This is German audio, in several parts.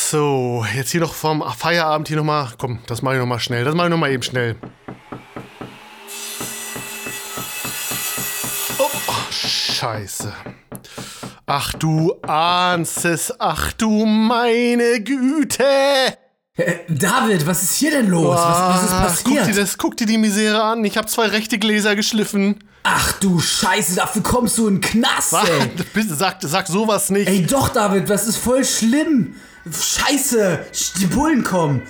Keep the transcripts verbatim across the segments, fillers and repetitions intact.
So, jetzt hier noch vom Feierabend hier nochmal. Komm, das mache ich nochmal schnell. Das mache ich nochmal eben schnell. Oh, scheiße. Ach du ahnst es. Ach du meine Güte. Äh, David, was ist hier denn los? Was, was ist passiert? Guck dir, das, guck dir die Misere an. Ich habe zwei rechte Gläser geschliffen. Ach du Scheiße, dafür kommst du in den Knast, Was? ey. Bitte, sag, sag sowas nicht. Ey, doch, David, das ist voll schlimm. Scheiße, die Bullen kommen.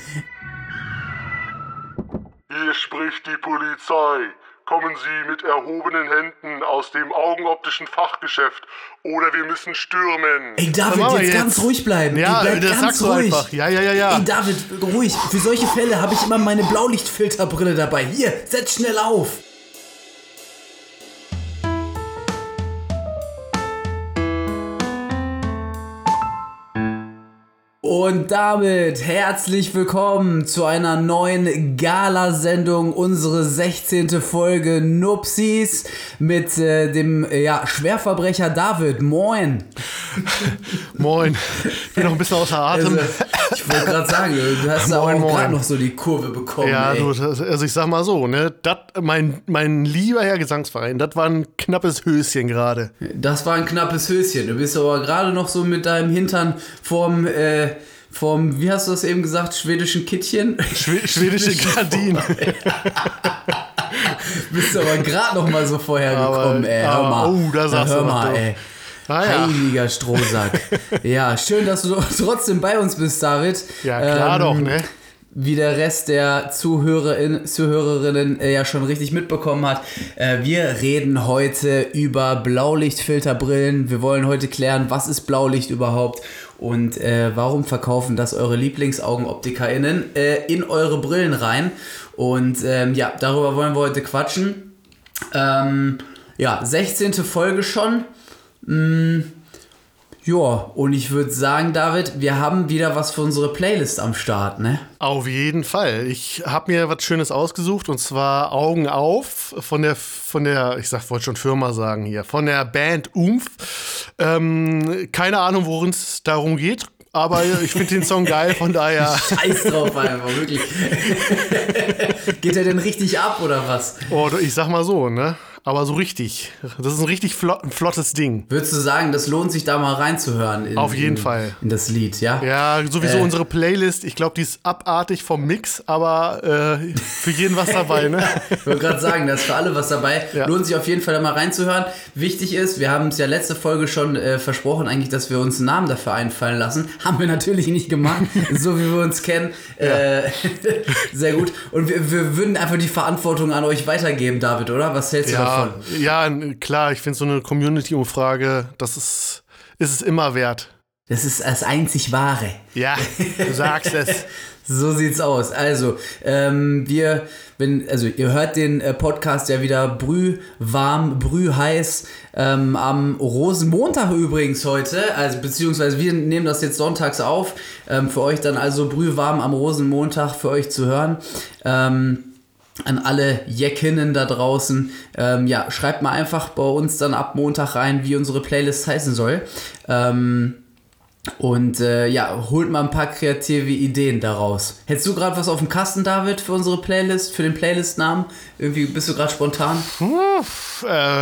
Hier spricht die Polizei. Kommen Sie mit erhobenen Händen aus dem augenoptischen Fachgeschäft oder wir müssen stürmen. Ey, David, Was machen wir jetzt, jetzt? ganz ruhig bleiben. Ja, Ey, bleib das ganz sagst du ruhig. einfach. Ja, ja, ja, ja. Ey, David, ruhig. Für solche Fälle habe ich immer meine Blaulichtfilterbrille dabei. Hier, setz schnell auf. Und damit herzlich willkommen zu einer neuen Gala-Sendung, unsere sechzehnte Folge Nupsis mit äh, dem ja, Schwerverbrecher David. Moin. Moin. Ich bin noch ein bisschen außer Atem. Also, ich wollte gerade sagen, du hast da Moin, auch gerade moin. noch so die Kurve bekommen. Ja, ey. du, das, also ich sag mal so, ne, dat, mein, mein lieber Herr Gesangsverein, das war ein knappes Höschen gerade. Das war ein knappes Höschen. Du bist aber gerade noch so mit deinem Hintern vorm, äh, vorm, wie hast du das eben gesagt, schwedischen Kittchen? Schwe schwedische Gardinen. Bist aber gerade noch mal so vorher gekommen, Aber- ey. Hör aber- mal. oh, da sagst hör du was, mal, du. ey. Ah, ja. Heiliger Strohsack. Ja, schön, dass du trotzdem bei uns bist, David. Ja, klar Ähm, doch, ne? Wie der Rest der Zuhörerin, Zuhörerinnen äh, ja schon richtig mitbekommen hat, äh, wir reden heute über Blaulichtfilterbrillen. Wir wollen heute klären, was ist Blaulicht überhaupt und äh, warum verkaufen das eure LieblingsaugenoptikerInnen äh, in eure Brillen rein. Und ähm, ja, darüber wollen wir heute quatschen. Ähm, ja, sechzehnte Folge schon. Mm, ja, und ich würde sagen, David, wir haben wieder was für unsere Playlist am Start, ne? Auf jeden Fall. Ich habe mir was Schönes ausgesucht und zwar Augen auf von der, von der, ich sag, wollte schon Firma sagen hier, von der Band Umf. Ähm, keine Ahnung, worin es darum geht, aber ich finde den Song geil, von daher. Scheiß drauf einfach, wirklich. Geht er denn richtig ab, oder was? Oh, ich sag mal so, ne? Aber so richtig. Das ist ein richtig flott, ein flottes Ding. Würdest du sagen, das lohnt sich da mal reinzuhören? In, Auf jeden in, Fall. In das Lied, ja? Ja, sowieso Äh. unsere Playlist. Ich glaube, die ist abartig vom Mix, aber äh, für jeden was dabei, ne? Ich wollte gerade sagen, da ist für alle was dabei. Ja. Lohnt sich auf jeden Fall da mal reinzuhören. Wichtig ist, wir haben es ja letzte Folge schon äh, versprochen, eigentlich, dass wir uns einen Namen dafür einfallen lassen. Haben wir natürlich nicht gemacht, so wie wir uns kennen. Ja. Äh, sehr gut. Und wir, wir würden einfach die Verantwortung an euch weitergeben, David, oder? Was hältst du Ja, davon? ja, klar, ich finde so eine Community-Umfrage, das ist, ist es immer wert. Das ist das einzig Wahre. Ja, du sagst es. So sieht's aus. Also, ähm, wir, wenn, also ihr hört den äh, Podcast ja wieder brühwarm, brühheiß ähm, am Rosenmontag übrigens heute, also beziehungsweise wir nehmen das jetzt sonntags auf, ähm, für euch dann also brühwarm am Rosenmontag für euch zu hören. Ähm, An alle Jackinnen da draußen, ähm, ja, schreibt mal einfach bei uns dann ab Montag rein, wie unsere Playlist heißen soll. Ähm, und äh, ja, holt mal ein paar kreative Ideen daraus. Hättest du gerade was auf dem Kasten, David, für unsere Playlist, für den Playlist-Namen? Irgendwie bist du gerade spontan? Uff,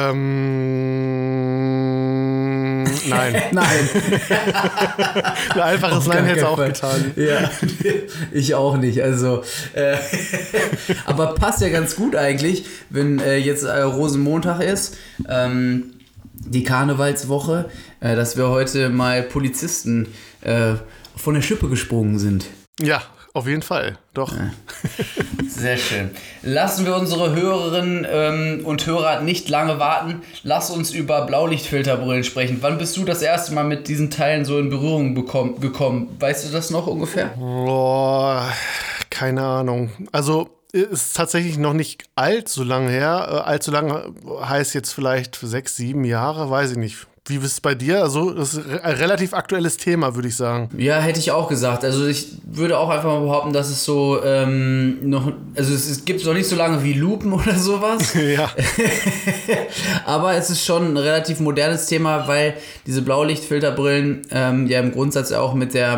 ähm, nein. Nein. Ein einfaches Auf Nein gar hätte es keinen auch Fall. getan. Ja, ich auch nicht. Also, äh, aber passt ja ganz gut eigentlich, wenn äh, jetzt äh, Rosenmontag ist, ähm, die Karnevalswoche, äh, dass wir heute mal Polizisten äh, von der Schippe gesprungen sind. Ja, auf jeden Fall, doch. Sehr schön. Lassen wir unsere Hörerinnen ähm, und Hörer nicht lange warten. Lass uns über Blaulichtfilterbrillen sprechen. Wann bist du das erste Mal mit diesen Teilen so in Berührung bekommen, gekommen? Weißt du das noch ungefähr? Boah, keine Ahnung. Also ist tatsächlich noch nicht allzu lange her. Äh, allzu lange heißt jetzt vielleicht sechs, sieben Jahre, weiß ich nicht. Wie ist es bei dir? Also, das ist ein relativ aktuelles Thema, würde ich sagen. Ja, hätte ich auch gesagt. Also ich würde auch einfach mal behaupten, dass es so ähm, noch, also es, es gibt noch nicht so lange wie Lupen oder sowas. Ja. Aber es ist schon ein relativ modernes Thema, weil diese Blaulichtfilterbrillen ähm, ja im Grundsatz auch mit der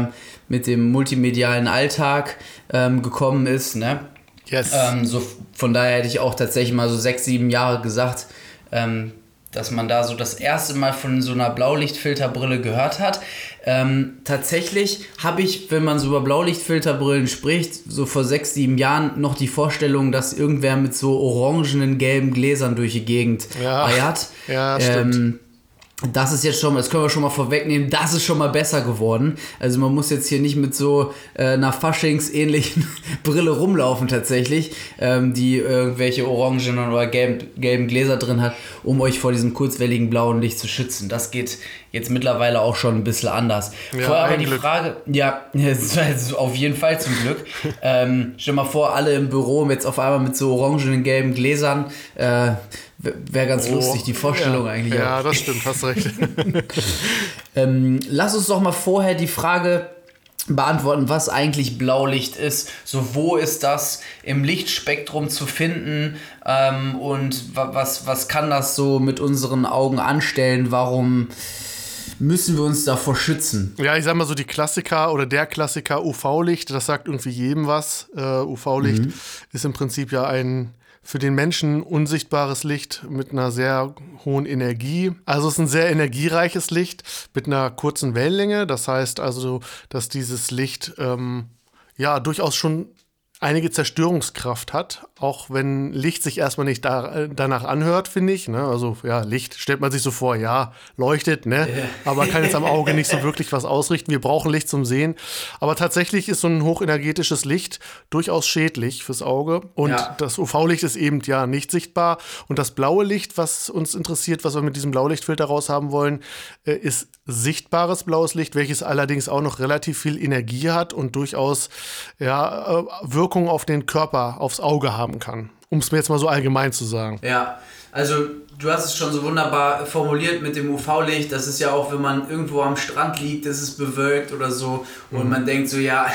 mit dem multimedialen Alltag ähm, gekommen ist, ne? Yes. Ähm, so, von daher hätte ich auch tatsächlich mal so sechs, sieben Jahre gesagt, ähm, dass man da so das erste Mal von so einer Blaulichtfilterbrille gehört hat. Ähm, tatsächlich habe ich, wenn man so über Blaulichtfilterbrillen spricht, so vor sechs, sieben Jahren noch die Vorstellung, dass irgendwer mit so orangenen, gelben Gläsern durch die Gegend ja. eiert. Ja, stimmt. Ähm, Das ist jetzt schon, das können wir schon mal vorwegnehmen, das ist schon mal besser geworden. Also man muss jetzt hier nicht mit so äh, einer Faschings-ähnlichen Brille rumlaufen tatsächlich, ähm, die irgendwelche orangenen oder gelben, gelben Gläser drin hat, um euch vor diesem kurzwelligen blauen Licht zu schützen. Das geht jetzt mittlerweile auch schon ein bisschen anders. Ja, Vorher aber die Glück. Frage, ja, auf jeden Fall zum Glück. ähm, stell mal vor, alle im Büro jetzt auf einmal mit so orangenen, gelben Gläsern, äh, wäre ganz oh, lustig, die Vorstellung ja, eigentlich. Ja, auch. das stimmt, hast recht. ähm, lass uns doch mal vorher die Frage beantworten, was eigentlich Blaulicht ist. So, wo ist das im Lichtspektrum zu finden ähm, und wa- was, was kann das so mit unseren Augen anstellen? Warum müssen wir uns davor schützen? Ja, ich sag mal so, die Klassiker oder der Klassiker U V-Licht, das sagt irgendwie jedem was. Äh, U V-Licht mhm. ist im Prinzip ja ein für den Menschen unsichtbares Licht mit einer sehr hohen Energie. Also es ist ein sehr energiereiches Licht mit einer kurzen Wellenlänge. Das heißt also, dass dieses Licht ähm, ja durchaus schon einige Zerstörungskraft hat, auch wenn Licht sich erstmal nicht da, danach anhört, finde ich. Ne? Also ja, Licht stellt man sich so vor, ja, leuchtet, ne? Ja. Aber kann jetzt am Auge nicht so wirklich was ausrichten. Wir brauchen Licht zum Sehen. Aber tatsächlich ist so ein hochenergetisches Licht durchaus schädlich fürs Auge. Und ja. das U V-Licht ist eben ja nicht sichtbar. Und das blaue Licht, was uns interessiert, was wir mit diesem Blaulichtfilter raushaben wollen, ist sichtbares blaues Licht, welches allerdings auch noch relativ viel Energie hat und durchaus ja, Wirkung auf den Körper, aufs Auge haben kann. Um es mir jetzt mal so allgemein zu sagen. Ja, also du hast es schon so wunderbar formuliert mit dem U V-Licht. Das ist ja auch, wenn man irgendwo am Strand liegt, ist es bewölkt oder so und mhm. man denkt so, ja,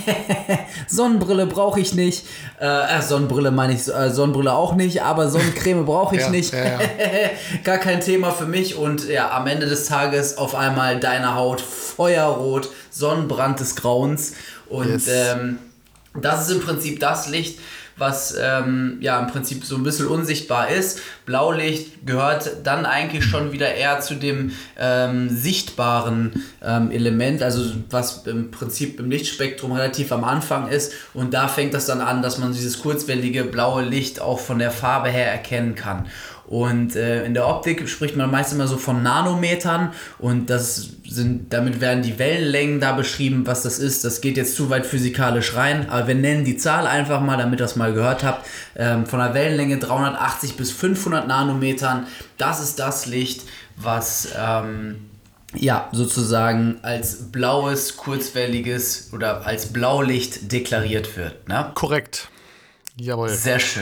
Sonnenbrille brauche ich nicht. Äh, Sonnenbrille meine ich, äh, Sonnenbrille auch nicht, aber Sonnencreme brauche ich ja, nicht. Ja, ja. Gar kein Thema für mich und ja, am Ende des Tages auf einmal deine Haut feuerrot, Sonnenbrand des Grauens und yes. ähm, das ist im Prinzip das Licht, was ähm, ja im Prinzip so ein bisschen unsichtbar ist. Blaulicht gehört dann eigentlich schon wieder eher zu dem ähm, sichtbaren ähm, Element, also was im Prinzip im Lichtspektrum relativ am Anfang ist und da fängt das dann an, dass man dieses kurzwellige blaue Licht auch von der Farbe her erkennen kann. Und äh, in der Optik spricht man meist immer so von Nanometern und das sind, damit werden die Wellenlängen da beschrieben, was das ist. Das geht jetzt zu weit physikalisch rein, aber wir nennen die Zahl einfach mal, damit ihr das mal gehört habt. Ähm, von der Wellenlänge dreihundertachtzig bis fünfhundert Nanometern, das ist das Licht, was ähm, ja sozusagen als blaues, kurzwelliges oder als Blaulicht deklariert wird. Ne? Korrekt. Jawohl. Sehr schön.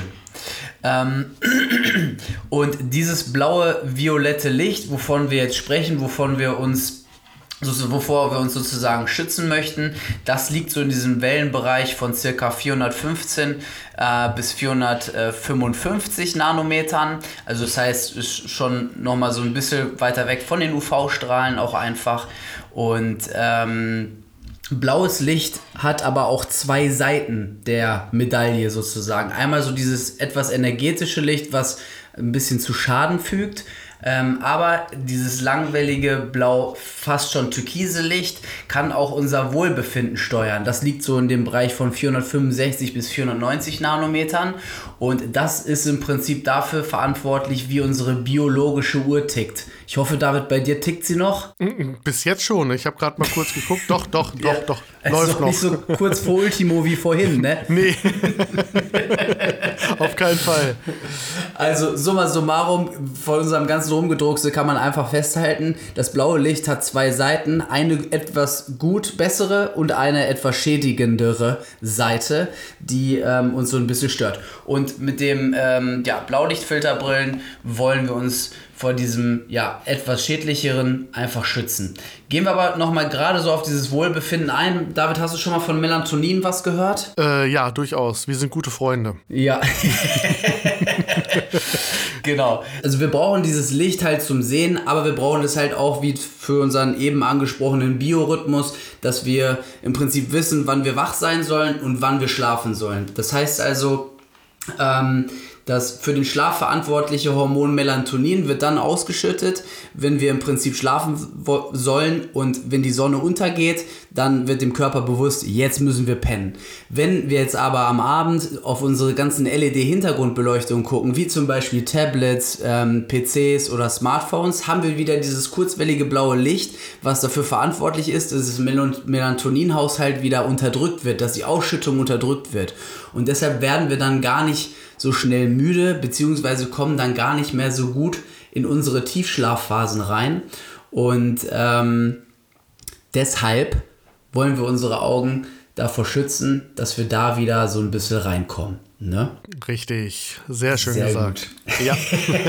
Ähm, und dieses blaue, violette Licht, wovon wir jetzt sprechen, wovon wir uns, so, wovor wir uns sozusagen schützen möchten, das liegt so in diesem Wellenbereich von ca. vierhundertfünfzehn äh, bis vierhundertfünfundfünfzig Nanometern. Also das heißt, ist schon nochmal so ein bisschen weiter weg von den U V-Strahlen auch einfach. Und ähm, blaues Licht hat aber auch zwei Seiten der Medaille sozusagen. Einmal so dieses etwas energetische Licht, was ein bisschen zu Schaden fügt. Ähm, aber dieses langwellige Blau, fast schon türkise Licht, kann auch unser Wohlbefinden steuern. Das liegt so in dem Bereich von vierhundertfünfundsechzig bis vierhundertneunzig Nanometern. Und das ist im Prinzip dafür verantwortlich, wie unsere biologische Uhr tickt. Ich hoffe, David, bei dir tickt sie noch? Bis jetzt schon. Ich habe gerade mal kurz geguckt. Doch, doch, doch, ja, doch. Läuft noch. Nicht so kurz vor Ultimo wie vorhin, ne? Nee. Auf keinen Fall. Also, summa summarum, von unserem ganzen Rumgedruckse kann man einfach festhalten, das blaue Licht hat zwei Seiten. Eine etwas gut bessere und eine etwas schädigendere Seite, die ähm, uns so ein bisschen stört. Und mit dem ähm, ja, Blaulichtfilterbrillen wollen wir uns vor diesem ja etwas schädlicheren einfach schützen. Gehen wir aber nochmal gerade so auf dieses Wohlbefinden ein. David, hast du schon mal von Melatonin was gehört? Äh, ja, durchaus. Wir sind gute Freunde. Ja. Genau. Also wir brauchen dieses Licht halt zum Sehen, aber wir brauchen es halt auch wie für unseren eben angesprochenen Biorhythmus, dass wir im Prinzip wissen, wann wir wach sein sollen und wann wir schlafen sollen. Das heißt also, ähm, das für den Schlaf verantwortliche Hormon Melatonin wird dann ausgeschüttet, wenn wir im Prinzip schlafen wo- sollen, und wenn die Sonne untergeht, dann wird dem Körper bewusst, jetzt müssen wir pennen. Wenn wir jetzt aber am Abend auf unsere ganzen L E D-Hintergrundbeleuchtung gucken, wie zum Beispiel Tablets, ähm, P Cs oder Smartphones, haben wir wieder dieses kurzwellige blaue Licht, was dafür verantwortlich ist, dass das Mel- Melatoninhaushalt wieder unterdrückt wird, dass die Ausschüttung unterdrückt wird. Und deshalb werden wir dann gar nicht so schnell müde, beziehungsweise kommen dann gar nicht mehr so gut in unsere Tiefschlafphasen rein. Und ähm, deshalb wollen wir unsere Augen davor schützen, dass wir da wieder so ein bisschen reinkommen. Ne? Richtig, sehr schön Sehr gesagt. gut. Ja.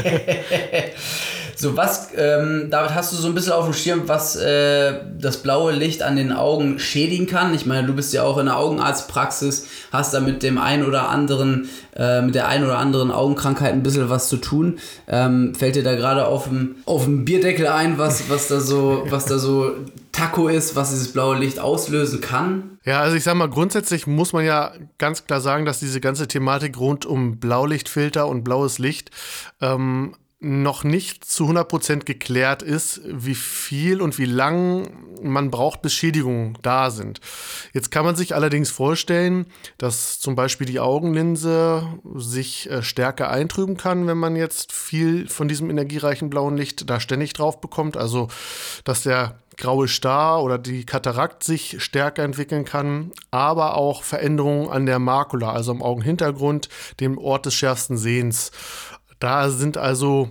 So, was, ähm, David, hast du so ein bisschen auf dem Schirm, was äh, das blaue Licht an den Augen schädigen kann? Ich meine, du bist ja auch in der Augenarztpraxis, hast da mit dem einen oder anderen, äh, mit der einen oder anderen Augenkrankheit ein bisschen was zu tun. Ähm, fällt dir da gerade auf dem, auf dem Bierdeckel ein, was, was da so, was da so Taco ist, was dieses blaue Licht auslösen kann? Ja, also ich sag mal, grundsätzlich muss man ja ganz klar sagen, dass diese ganze Thematik rund um Blaulichtfilter und blaues Licht ähm, noch nicht zu hundert Prozent geklärt ist, wie viel und wie lang man braucht, bis Schädigungen da sind. Jetzt kann man sich allerdings vorstellen, dass zum Beispiel die Augenlinse sich äh, stärker eintrüben kann, wenn man jetzt viel von diesem energiereichen blauen Licht da ständig drauf bekommt. Also, dass der graue Star oder die Katarakt sich stärker entwickeln kann, aber auch Veränderungen an der Makula, also am Augenhintergrund, dem Ort des schärfsten Sehens. Da sind also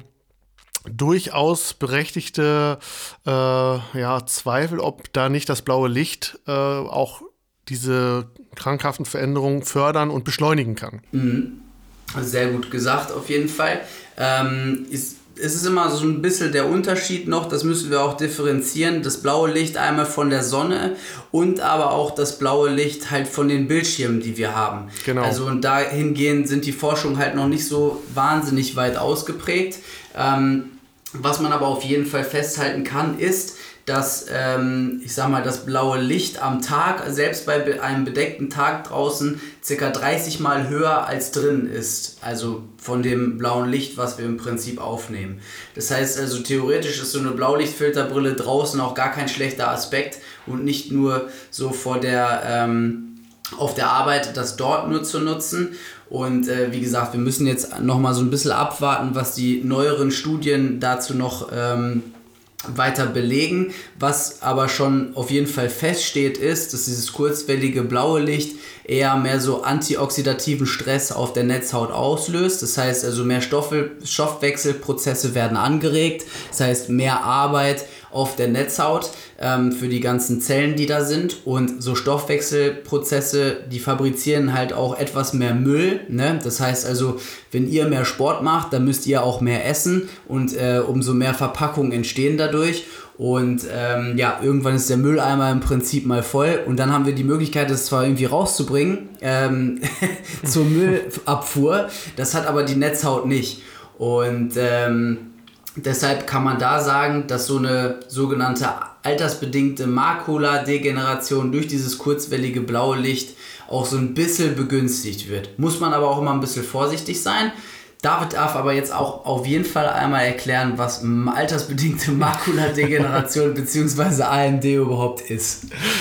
durchaus berechtigte äh, ja, Zweifel, ob da nicht das blaue Licht äh, auch diese krankhaften Veränderungen fördern und beschleunigen kann. Mhm. Sehr gut gesagt, auf jeden Fall. Ähm, ist Es ist immer so ein bisschen der Unterschied noch, das müssen wir auch differenzieren, das blaue Licht einmal von der Sonne und aber auch das blaue Licht halt von den Bildschirmen, die wir haben. Genau. Also und dahingehend sind die Forschungen halt noch nicht so wahnsinnig weit ausgeprägt. Ähm, was man aber auf jeden Fall festhalten kann, ist, dass, ähm, ich sag mal, das blaue Licht am Tag, selbst bei be- einem bedeckten Tag draußen, ca. dreißig Mal höher als drin ist. Also von dem blauen Licht, was wir im Prinzip aufnehmen. Das heißt also, theoretisch ist so eine Blaulichtfilterbrille draußen auch gar kein schlechter Aspekt und nicht nur so vor der, ähm, auf der Arbeit, das dort nur zu nutzen. Und äh, wie gesagt, wir müssen jetzt nochmal so ein bisschen abwarten, was die neueren Studien dazu noch ähm, weiter belegen. Was aber schon auf jeden Fall feststeht, ist, dass dieses kurzwellige blaue Licht eher mehr so antioxidativen Stress auf der Netzhaut auslöst. Das heißt also, mehr Stoffe, Stoffwechselprozesse werden angeregt. Das heißt, mehr Arbeit auf der Netzhaut ähm, für die ganzen Zellen, die da sind. Und so Stoffwechselprozesse, die fabrizieren halt auch etwas mehr Müll. Ne? Das heißt also, wenn ihr mehr Sport macht, dann müsst ihr auch mehr essen und äh, umso mehr Verpackungen entstehen dadurch. Und ähm, ja, irgendwann ist der Mülleimer im Prinzip mal voll und dann haben wir die Möglichkeit, das zwar irgendwie rauszubringen ähm, zur Müllabfuhr, das hat aber die Netzhaut nicht. Und ähm, deshalb kann man da sagen, dass so eine sogenannte altersbedingte Makuladegeneration durch dieses kurzwellige blaue Licht auch so ein bisschen begünstigt wird. Muss man aber auch immer ein bisschen vorsichtig sein. David darf aber jetzt auch auf jeden Fall einmal erklären, was altersbedingte Makuladegeneration bzw. A M D überhaupt ist.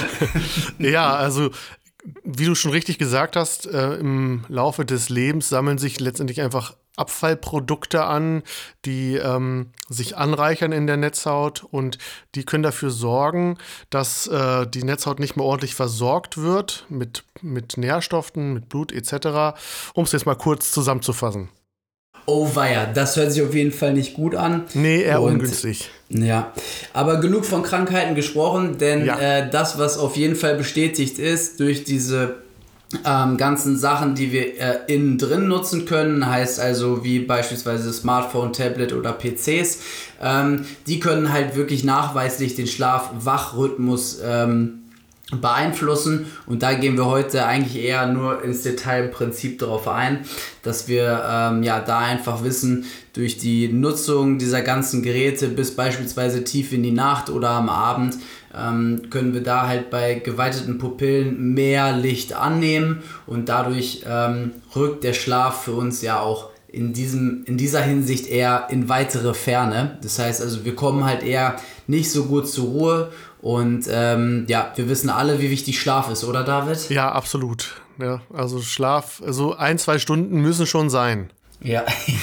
Ja, also wie du schon richtig gesagt hast, äh, im Laufe des Lebens sammeln sich letztendlich einfach Abfallprodukte an, die ähm, sich anreichern in der Netzhaut und die können dafür sorgen, dass äh, die Netzhaut nicht mehr ordentlich versorgt wird mit, mit Nährstoffen, mit Blut et cetera. Um es jetzt mal kurz zusammenzufassen. Oh weia, das hört sich auf jeden Fall nicht gut an. Nee, eher Und, ungünstig. Ja, aber genug von Krankheiten gesprochen, denn Ja. äh, das, was auf jeden Fall bestätigt ist durch diese ähm, ganzen Sachen, die wir äh, innen drin nutzen können, heißt also wie beispielsweise Smartphone, Tablet oder P Cs, ähm, die können halt wirklich nachweislich den Schlaf-Wach-Rhythmus ähm, beeinflussen, und da gehen wir heute eigentlich eher nur ins Detail im Prinzip darauf ein, dass wir ähm, ja da einfach wissen, durch die Nutzung dieser ganzen Geräte bis beispielsweise tief in die Nacht oder am Abend ähm, können wir da halt bei geweiteten Pupillen mehr Licht annehmen, und dadurch ähm, rückt der Schlaf für uns ja auch in diesem, in dieser Hinsicht eher in weitere Ferne. Das heißt also, wir kommen halt eher nicht so gut zur Ruhe. Und ähm, ja, wir wissen alle, wie wichtig Schlaf ist, oder David? Ja, absolut. Ja, also Schlaf, also ein, zwei Stunden müssen schon sein. Ja.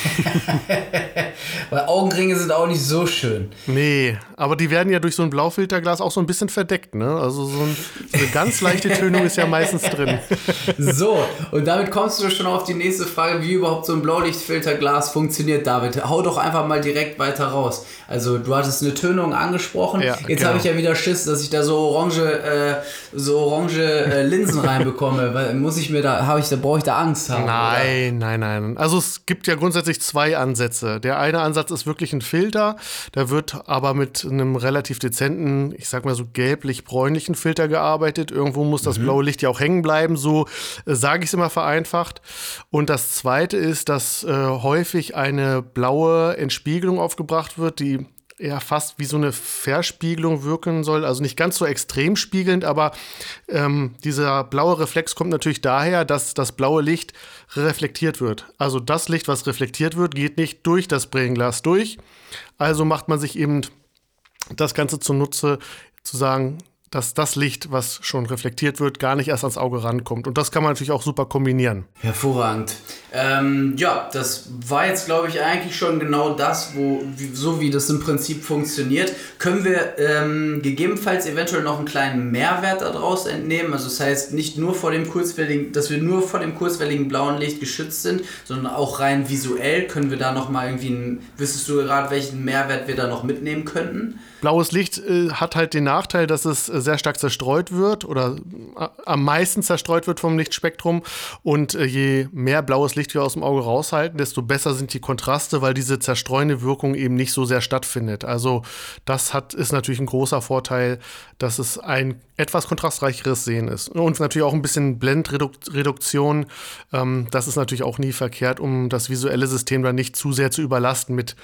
Weil Augenringe sind auch nicht so schön. Nee, aber die werden ja durch so ein Blaufilterglas auch so ein bisschen verdeckt, ne? Also so, ein, so eine ganz leichte Tönung ist ja meistens drin. So, und damit kommst du schon auf die nächste Frage, wie überhaupt so ein Blaulichtfilterglas funktioniert, David. Hau doch einfach mal direkt weiter raus. Also du hattest eine Tönung angesprochen. Ja, jetzt genau. Habe ich ja wieder Schiss, dass ich da so orange, äh, so orange äh, Linsen reinbekomme. Weil muss ich mir da, habe ich da, brauche ich da Angst haben? Nein, oder? nein, nein. Also es gibt ja grundsätzlich zwei Ansätze. Der eine Ansatz ist wirklich ein Filter, der wird aber mit einem relativ dezenten, ich sag mal so gelblich-bräunlichen Filter gearbeitet. Irgendwo muss das mhm. blaue Licht ja auch hängen bleiben, so äh, sage ich es immer vereinfacht. Und das zweite ist, dass äh, häufig eine blaue Entspiegelung aufgebracht wird, die ja fast wie so eine Verspiegelung wirken soll, also nicht ganz so extrem spiegelnd, aber ähm, dieser blaue Reflex kommt natürlich daher, dass das blaue Licht reflektiert wird. Also das Licht, was reflektiert wird, geht nicht durch das Brillenglas durch. Also macht man sich eben das Ganze zunutze, zu sagen, dass das Licht, was schon reflektiert wird, gar nicht erst ans Auge rankommt. Und das kann man natürlich auch super kombinieren. Hervorragend. Ähm, ja, das war jetzt, glaube ich, eigentlich schon genau das, wo, wie, so wie das im Prinzip funktioniert. Können wir ähm, gegebenenfalls eventuell noch einen kleinen Mehrwert daraus entnehmen? Also das heißt, nicht nur vor dem kurzwelligen, dass wir nur vor dem kurzwelligen blauen Licht geschützt sind, sondern auch rein visuell können wir da nochmal irgendwie, einen, wüsstest du gerade, welchen Mehrwert wir da noch mitnehmen könnten? Blaues Licht äh, hat halt den Nachteil, dass es äh, sehr stark zerstreut wird oder äh, am meisten zerstreut wird vom Lichtspektrum. Und äh, je mehr blaues Licht wir aus dem Auge raushalten, desto besser sind die Kontraste, weil diese zerstreuende Wirkung eben nicht so sehr stattfindet. Also das hat, ist natürlich ein großer Vorteil, dass es ein etwas kontrastreicheres Sehen ist. Und natürlich auch ein bisschen Blendreduktion. Ähm, das ist natürlich auch nie verkehrt, um das visuelle System dann nicht zu sehr zu überlasten mit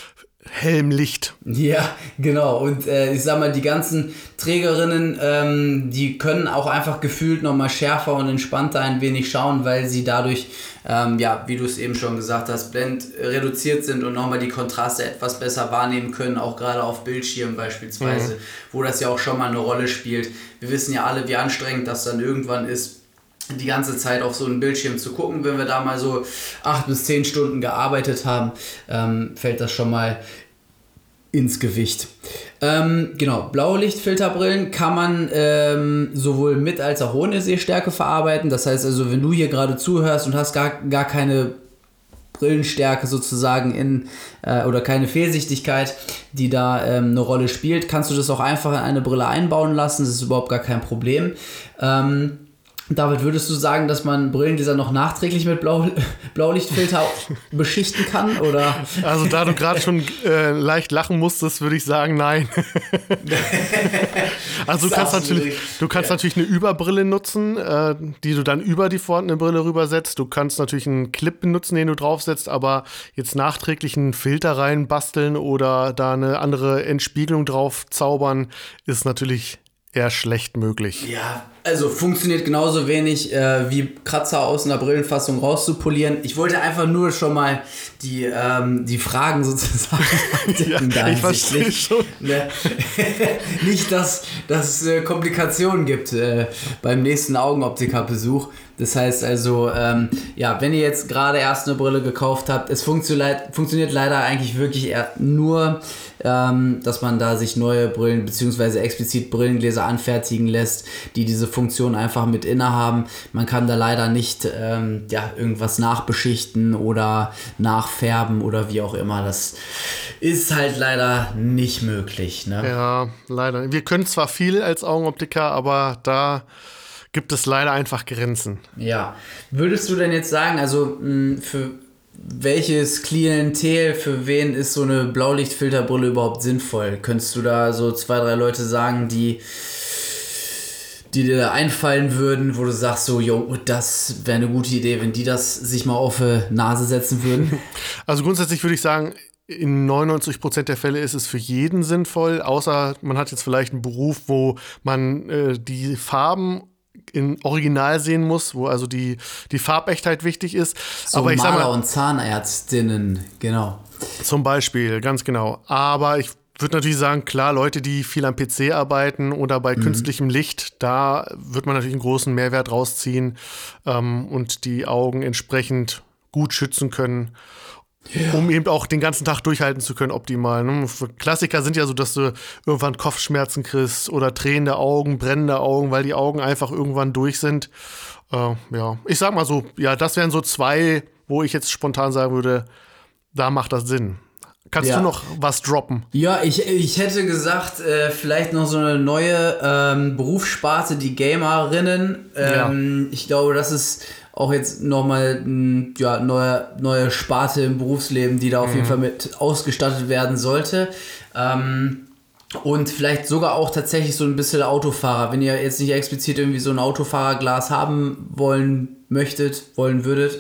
hellem Licht. Ja, genau. Und äh, ich sag mal, die ganzen Trägerinnen, ähm, die können auch einfach gefühlt nochmal schärfer und entspannter ein wenig schauen, weil sie dadurch, ähm, ja, wie du es eben schon gesagt hast, blendreduziert sind und nochmal die Kontraste etwas besser wahrnehmen können, auch gerade auf Bildschirmen beispielsweise, mhm. wo das ja auch schon mal eine Rolle spielt. Wir wissen ja alle, wie anstrengend das dann irgendwann ist, die ganze Zeit auf so einen Bildschirm zu gucken. Wenn wir da mal so acht bis zehn Stunden gearbeitet haben, ähm, fällt das schon mal ins Gewicht. Ähm, genau, Blaulichtfilterbrillen kann man ähm, sowohl mit als auch ohne Sehstärke verarbeiten. Das heißt also, wenn du hier gerade zuhörst und hast gar, gar keine Brillenstärke sozusagen in äh, oder keine Fehlsichtigkeit, die da ähm, eine Rolle spielt, kannst du das auch einfach in eine Brille einbauen lassen. Das ist überhaupt gar kein Problem. Ähm, David, würdest du sagen, dass man Brillengläser noch nachträglich mit Blau, Blaulichtfilter beschichten kann? Oder? Also da du gerade schon äh, leicht lachen musstest, würde ich sagen, nein. Also du kannst, natürlich, du kannst ja. natürlich eine Überbrille nutzen, äh, die du dann über die vorhandene Brille rübersetzt. Du kannst natürlich einen Clip benutzen, den du draufsetzt, aber jetzt nachträglich einen Filter reinbasteln oder da eine andere Entspiegelung drauf zaubern, ist natürlich eher schlecht möglich. Ja, also funktioniert genauso wenig äh, wie Kratzer aus einer Brillenfassung rauszupolieren. Ich wollte einfach nur schon mal die, ähm, die Fragen sozusagen ja, ich verstehe schon. Ne? Nicht, dass es äh, Komplikationen gibt äh, beim nächsten Augenoptikerbesuch. Das heißt also, ähm, ja, wenn ihr jetzt gerade erst eine Brille gekauft habt, es funktioniert, funktioniert leider eigentlich wirklich eher nur, ähm, dass man da sich neue Brillen bzw. explizit Brillengläser anfertigen lässt, die diese Funktion einfach mit innehaben. Man kann da leider nicht ähm, ja, irgendwas nachbeschichten oder nachfärben oder wie auch immer. Das ist halt leider nicht möglich. Ne? Ja, leider. Wir können zwar viel als Augenoptiker, aber da gibt es leider einfach Grenzen. Ja. Würdest du denn jetzt sagen, also mh, für welches Klientel, für wen ist so eine Blaulichtfilterbrille überhaupt sinnvoll? Könntest du da so zwei, drei Leute sagen, die, die dir da einfallen würden, wo du sagst so, jo, das wäre eine gute Idee, wenn die das sich mal auf die Nase setzen würden? Also grundsätzlich würde ich sagen, in neunundneunzig Prozent der Fälle ist es für jeden sinnvoll, außer man hat jetzt vielleicht einen Beruf, wo man äh, die Farben in Original sehen muss, wo also die, die Farbechtheit wichtig ist. So aber ich Maler sag mal, und Zahnärztinnen, genau. Zum Beispiel, ganz genau. Aber ich würde natürlich sagen, klar, Leute, die viel am P C arbeiten oder bei mhm. künstlichem Licht, da wird man natürlich einen großen Mehrwert rausziehen ähm, und die Augen entsprechend gut schützen können. Ja. Um eben auch den ganzen Tag durchhalten zu können, optimal. Ne? Klassiker sind ja so, dass du irgendwann Kopfschmerzen kriegst oder tränende Augen, brennende Augen, weil die Augen einfach irgendwann durch sind. Äh, ja, ich sag mal so, ja, das wären so zwei, wo ich jetzt spontan sagen würde, da macht das Sinn. Kannst ja. du noch was droppen? Ja, ich, ich hätte gesagt, äh, vielleicht noch so eine neue ähm, Berufssparte, die Gamerinnen. Ähm, ja. Ich glaube, das ist auch jetzt nochmal eine ja, neue, neue Sparte im Berufsleben, die da auf mhm. jeden Fall mit ausgestattet werden sollte. Ähm, und vielleicht sogar auch tatsächlich so ein bisschen Autofahrer. Wenn ihr jetzt nicht explizit irgendwie so ein Autofahrerglas haben wollen möchtet, wollen würdet,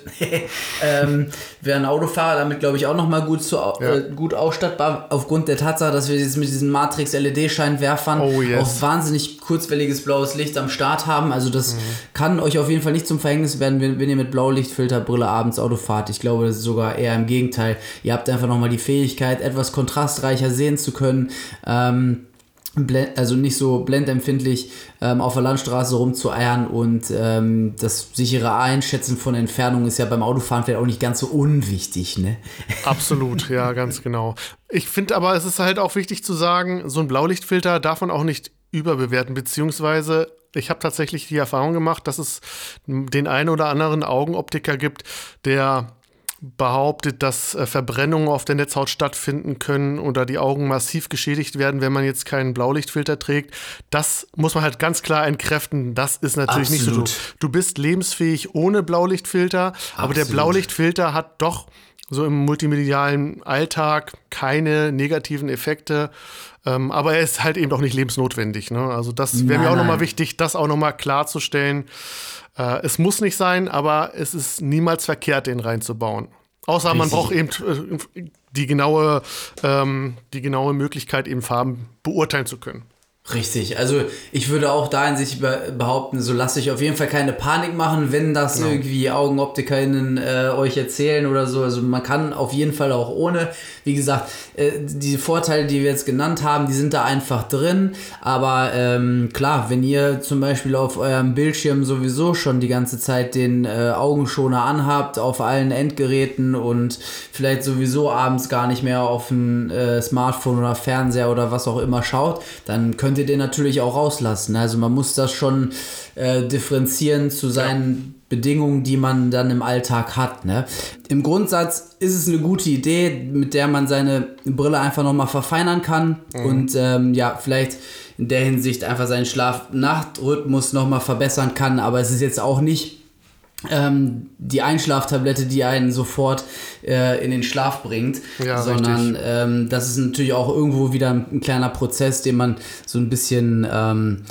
ähm, wäre ein Autofahrer damit, glaube ich, auch nochmal gut, zu, ja. äh, gut ausstattbar, aufgrund der Tatsache, dass wir jetzt mit diesen Matrix-L E D-Scheinwerfern oh, yes. auch wahnsinnig kurzwelliges blaues Licht am Start haben. Also das mhm. kann euch auf jeden Fall nicht zum Verhängnis werden, wenn, wenn ihr mit Blaulichtfilterbrille abends Auto fahrt. Ich glaube, das ist sogar eher im Gegenteil. Ihr habt einfach nochmal die Fähigkeit, etwas kontrastreicher sehen zu können, ähm, also nicht so blendempfindlich ähm, auf der Landstraße rumzueiern und ähm, das sichere Einschätzen von Entfernung ist ja beim Autofahren vielleicht auch nicht ganz so unwichtig, ne? Absolut, ja, ganz genau. Ich finde aber, es ist halt auch wichtig zu sagen, so ein Blaulichtfilter darf man auch nicht überbewerten, beziehungsweise ich habe tatsächlich die Erfahrung gemacht, dass es den einen oder anderen Augenoptiker gibt, der behauptet, dass äh, Verbrennungen auf der Netzhaut stattfinden können oder die Augen massiv geschädigt werden, wenn man jetzt keinen Blaulichtfilter trägt. Das muss man halt ganz klar entkräften. Das ist natürlich Absolut. nicht so. Du, du bist lebensfähig ohne Blaulichtfilter, Absolut. aber der Blaulichtfilter hat doch so im multimedialen Alltag keine negativen Effekte. Ähm, aber er ist halt eben auch nicht lebensnotwendig. Ne? Also das wäre mir auch nochmal wichtig, das auch nochmal klarzustellen. Äh, es muss nicht sein, aber es ist niemals verkehrt, den reinzubauen. Außer Richtig. man braucht eben äh, die genaue, ähm, die genaue Möglichkeit, eben Farben beurteilen zu können. Richtig, also ich würde auch da in sich behaupten, so lasst euch auf jeden Fall keine Panik machen, wenn das genau. irgendwie AugenoptikerInnen äh, euch erzählen oder so. Also man kann auf jeden Fall auch ohne, wie gesagt, äh, die Vorteile, die wir jetzt genannt haben, die sind da einfach drin. Aber ähm, klar, wenn ihr zum Beispiel auf eurem Bildschirm sowieso schon die ganze Zeit den äh, Augenschoner anhabt, auf allen Endgeräten und vielleicht sowieso abends gar nicht mehr auf ein äh, Smartphone oder Fernseher oder was auch immer schaut, dann könnt ihr den natürlich auch rauslassen. Also man muss das schon äh, differenzieren zu seinen ja. Bedingungen, die man dann im Alltag hat. Ne? Im Grundsatz ist es eine gute Idee, mit der man seine Brille einfach nochmal verfeinern kann mhm. und ähm, ja, vielleicht in der Hinsicht einfach seinen Schlaf-Nacht-Rhythmus nochmal verbessern kann, aber es ist jetzt auch nicht Ähm, die Einschlaftablette, die einen sofort äh, in den Schlaf bringt, ja, sondern ähm, das ist natürlich auch irgendwo wieder ein, ein kleiner Prozess, den man so ein bisschen ähm,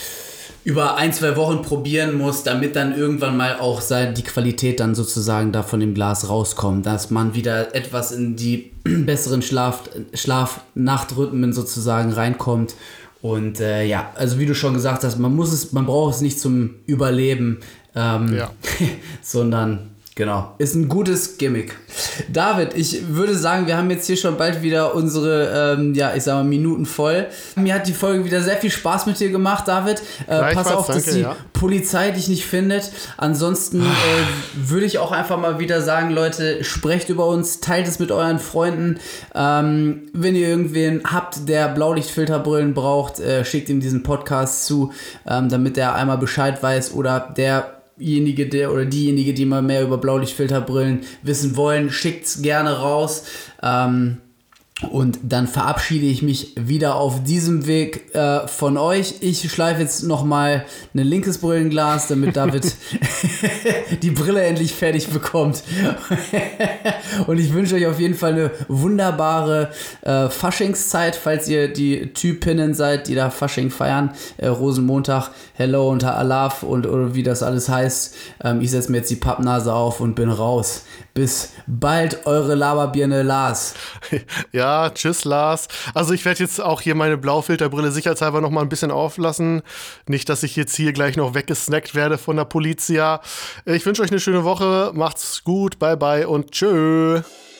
über ein, zwei Wochen probieren muss, damit dann irgendwann mal auch sein, die Qualität dann sozusagen da von dem Glas rauskommt, dass man wieder etwas in die besseren Schlaf, Schlaf-Nacht-Rhythmen sozusagen reinkommt. Und äh, ja, also wie du schon gesagt hast, man muss es, man braucht es nicht zum Überleben, Ähm, ja. sondern genau, ist ein gutes Gimmick. David, ich würde sagen, wir haben jetzt hier schon bald wieder unsere, ähm, ja, ich sag mal, Minuten voll. Mir hat die Folge wieder sehr viel Spaß mit dir gemacht, David. Äh, pass auf, danke, dass die ja. Polizei dich nicht findet. Ansonsten äh, würde ich auch einfach mal wieder sagen, Leute, sprecht über uns, teilt es mit euren Freunden. Ähm, wenn ihr irgendwen habt, der Blaulichtfilterbrillen braucht, äh, schickt ihm diesen Podcast zu, ähm, damit er einmal Bescheid weiß oder der Derjenige, der oder diejenige, die mal mehr über Blaulichtfilterbrillen wissen wollen, schickt's gerne raus. Ähm, Und dann verabschiede ich mich wieder auf diesem Weg äh, von euch. Ich schleife jetzt nochmal ein linkes Brillenglas, damit David die Brille endlich fertig bekommt. Und ich wünsche euch auf jeden Fall eine wunderbare äh, Faschingszeit, falls ihr die Typinnen seid, die da Fasching feiern. Äh, Rosenmontag, Hello und Alaf und oder wie das alles heißt. Ähm, ich setze mir jetzt die Pappnase auf und bin raus. Bis bald, eure Laberbirne Lars. Ja, tschüss Lars. Also ich werde jetzt auch hier meine Blaufilterbrille sicherheitshalber noch mal ein bisschen auflassen. Nicht, dass ich jetzt hier gleich noch weggesnackt werde von der Polizia. Ich wünsche euch eine schöne Woche. Macht's gut. Bye bye und tschö.